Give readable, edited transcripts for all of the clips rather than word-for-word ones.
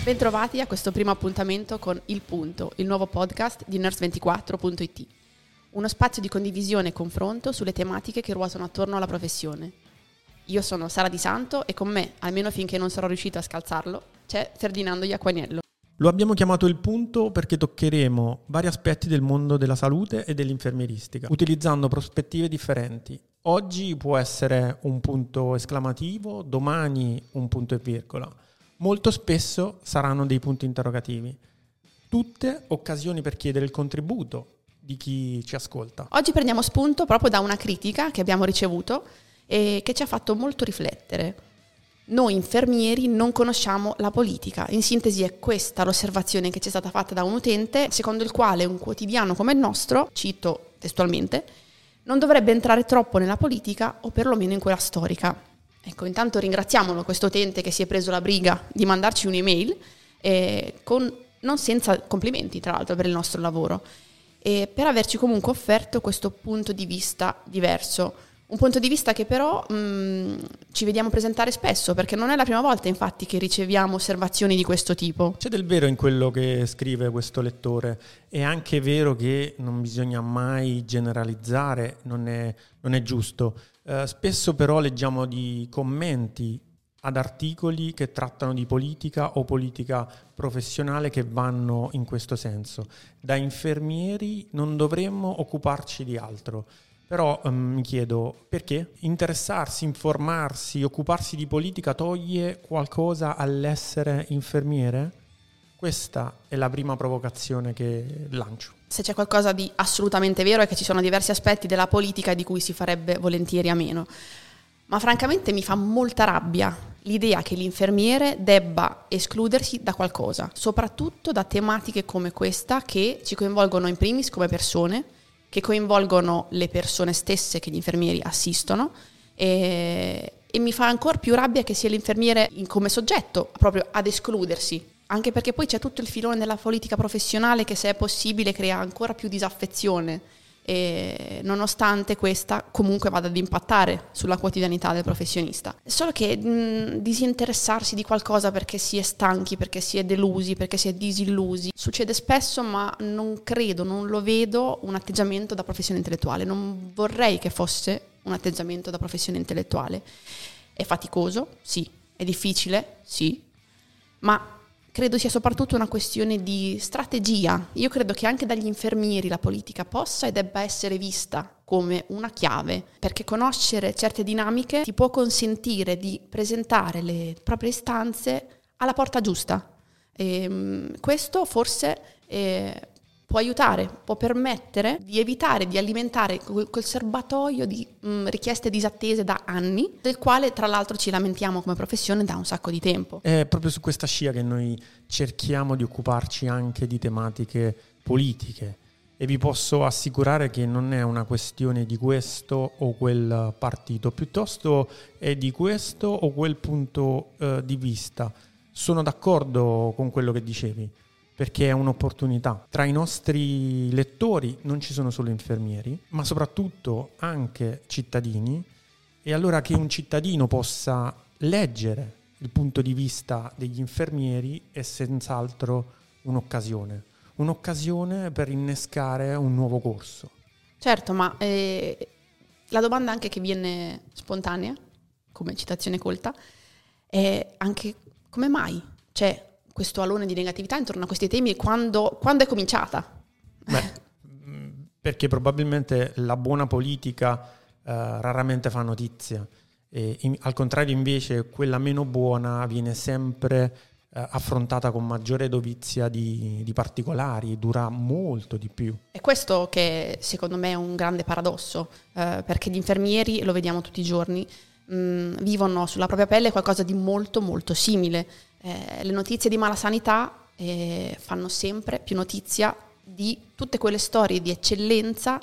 Bentrovati a questo primo appuntamento con Il Punto, il nuovo podcast di Nurse24.it. Uno spazio di condivisione e confronto sulle tematiche che ruotano attorno alla professione. Io sono Sara Di Santo e con me, almeno finché non sarò riuscito a scalzarlo, c'è Ferdinando Iaquaniello. Lo abbiamo chiamato Il Punto perché toccheremo vari aspetti del mondo della salute e dell'infermieristica, utilizzando prospettive differenti. Oggi può essere un punto esclamativo, domani un punto e virgola. Molto spesso saranno dei punti interrogativi. Tutte occasioni per chiedere il contributo di chi ci ascolta. Oggi prendiamo spunto proprio da una critica che abbiamo ricevuto e che ci ha fatto molto riflettere. Noi infermieri non conosciamo la politica. In sintesi è questa l'osservazione che ci è stata fatta da un utente, secondo il quale un quotidiano come il nostro, cito testualmente, non dovrebbe entrare troppo nella politica o perlomeno in quella storica. Ecco, intanto ringraziamolo questo utente che si è preso la briga di mandarci un'email, non senza complimenti tra l'altro per il nostro lavoro, e per averci comunque offerto questo punto di vista diverso. Un punto di vista che però ci vediamo presentare spesso, perché non è la prima volta infatti che riceviamo osservazioni di questo tipo. C'è del vero in quello che scrive questo lettore. È anche vero che non bisogna mai generalizzare, non è giusto. Spesso però leggiamo di commenti ad articoli che trattano di politica o politica professionale che vanno in questo senso. Da infermieri non dovremmo occuparci di altro. Però mi chiedo perché interessarsi, informarsi, occuparsi di politica toglie qualcosa all'essere infermiere? Questa è la prima provocazione che lancio. Se c'è qualcosa di assolutamente vero è che ci sono diversi aspetti della politica di cui si farebbe volentieri a meno. Ma francamente mi fa molta rabbia l'idea che l'infermiere debba escludersi da qualcosa, soprattutto da tematiche come questa che ci coinvolgono in primis come persone, che coinvolgono le persone stesse che gli infermieri assistono e mi fa ancora più rabbia che sia l'infermiere come soggetto proprio ad escludersi, anche perché poi c'è tutto il filone della politica professionale che se è possibile crea ancora più disaffezione e nonostante questa comunque vada ad impattare sulla quotidianità del professionista. Solo che disinteressarsi di qualcosa perché si è stanchi, perché si è delusi, perché si è disillusi succede spesso, ma non lo vedo un atteggiamento da professione intellettuale. Non vorrei che fosse un atteggiamento da professione intellettuale. È faticoso, sì, è difficile, sì, ma credo sia soprattutto una questione di strategia. Io credo che anche dagli infermieri la politica possa e debba essere vista come una chiave, perché conoscere certe dinamiche ti può consentire di presentare le proprie istanze alla porta giusta. Questo forse può aiutare, può permettere di evitare di alimentare quel serbatoio di richieste disattese da anni, del quale tra l'altro ci lamentiamo come professione da un sacco di tempo. È proprio su questa scia che noi cerchiamo di occuparci anche di tematiche politiche e vi posso assicurare che non è una questione di questo o quel partito, piuttosto è di questo o quel punto di vista. Sono d'accordo con quello che dicevi, perché è un'opportunità. Tra i nostri lettori non ci sono solo infermieri, ma soprattutto anche cittadini, e allora che un cittadino possa leggere il punto di vista degli infermieri è senz'altro un'occasione per innescare un nuovo corso. Certo, ma la domanda anche che viene spontanea, come citazione colta, è anche come mai c'è questo alone di negatività intorno a questi temi quando è cominciata? Perché probabilmente la buona politica raramente fa notizia e al contrario invece quella meno buona viene sempre affrontata con maggiore dovizia di particolari, dura molto di più. È questo che secondo me è un grande paradosso, perché gli infermieri, lo vediamo tutti i giorni, vivono sulla propria pelle qualcosa di molto molto simile. Le notizie di mala sanità fanno sempre più notizia di tutte quelle storie di eccellenza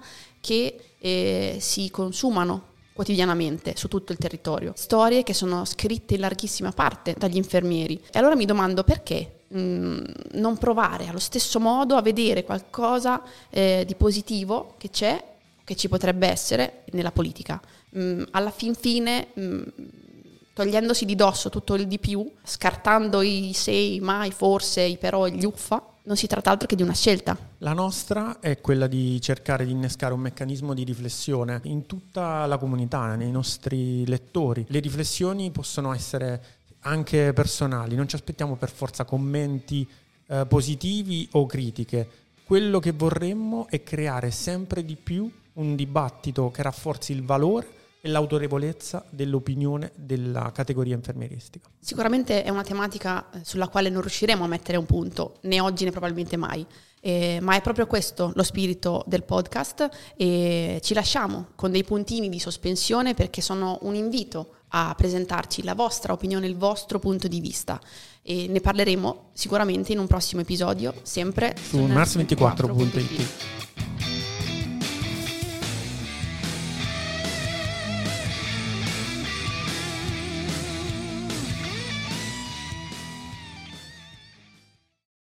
che si consumano quotidianamente su tutto il territorio. Storie che sono scritte in larghissima parte dagli infermieri. E allora mi domando perché non provare allo stesso modo a vedere qualcosa di positivo che c'è, che ci potrebbe essere nella politica. Alla fin fine togliendosi di dosso tutto il di più, scartando i se, i mai, forse, i però e gli uffa. Non si tratta altro che di una scelta. La nostra è quella di cercare di innescare un meccanismo di riflessione in tutta la comunità, nei nostri lettori. Le riflessioni possono essere anche personali, non ci aspettiamo per forza commenti positivi o critiche. Quello che vorremmo è creare sempre di più un dibattito che rafforzi il valore e l'autorevolezza dell'opinione della categoria infermieristica. Sicuramente è una tematica sulla quale non riusciremo a mettere un punto, né oggi né probabilmente mai, ma è proprio questo lo spirito del podcast e ci lasciamo con dei puntini di sospensione perché sono un invito a presentarci la vostra opinione, il vostro punto di vista e ne parleremo sicuramente in un prossimo episodio, sempre su nars24.it.